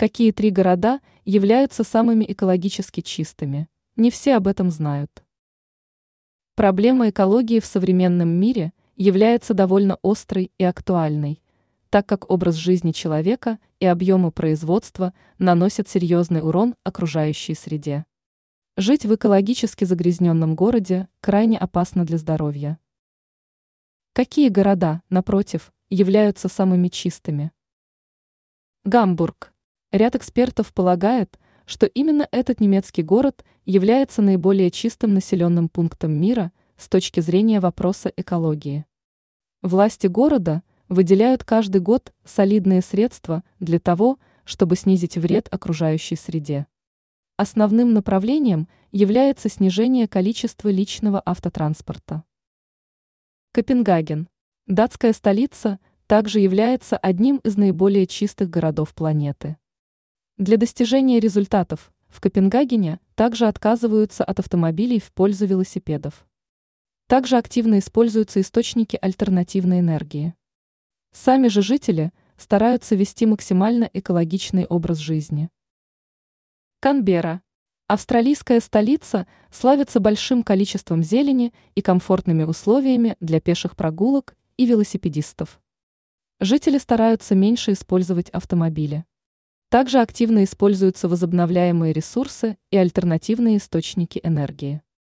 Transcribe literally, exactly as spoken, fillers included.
Какие три города являются самыми экологически чистыми? Не все об этом знают. Проблема экологии в современном мире является довольно острой и актуальной, так как образ жизни человека и объемы производства наносят серьезный урон окружающей среде. Жить в экологически загрязненном городе крайне опасно для здоровья. Какие города, напротив, являются самыми чистыми? Гамбург. Ряд экспертов полагает, что именно этот немецкий город является наиболее чистым населенным пунктом мира с точки зрения вопроса экологии. Власти города выделяют каждый год солидные средства для того, чтобы снизить вред окружающей среде. Основным направлением является снижение количества личного автотранспорта. Копенгаген. Датская столица также является одним из наиболее чистых городов планеты. Для достижения результатов в Копенгагене также отказываются от автомобилей в пользу велосипедов. Также активно используются источники альтернативной энергии. Сами же жители стараются вести максимально экологичный образ жизни. Канберра. Австралийская столица славится большим количеством зелени и комфортными условиями для пеших прогулок и велосипедистов. Жители стараются меньше использовать автомобили. Также активно используются возобновляемые ресурсы и альтернативные источники энергии.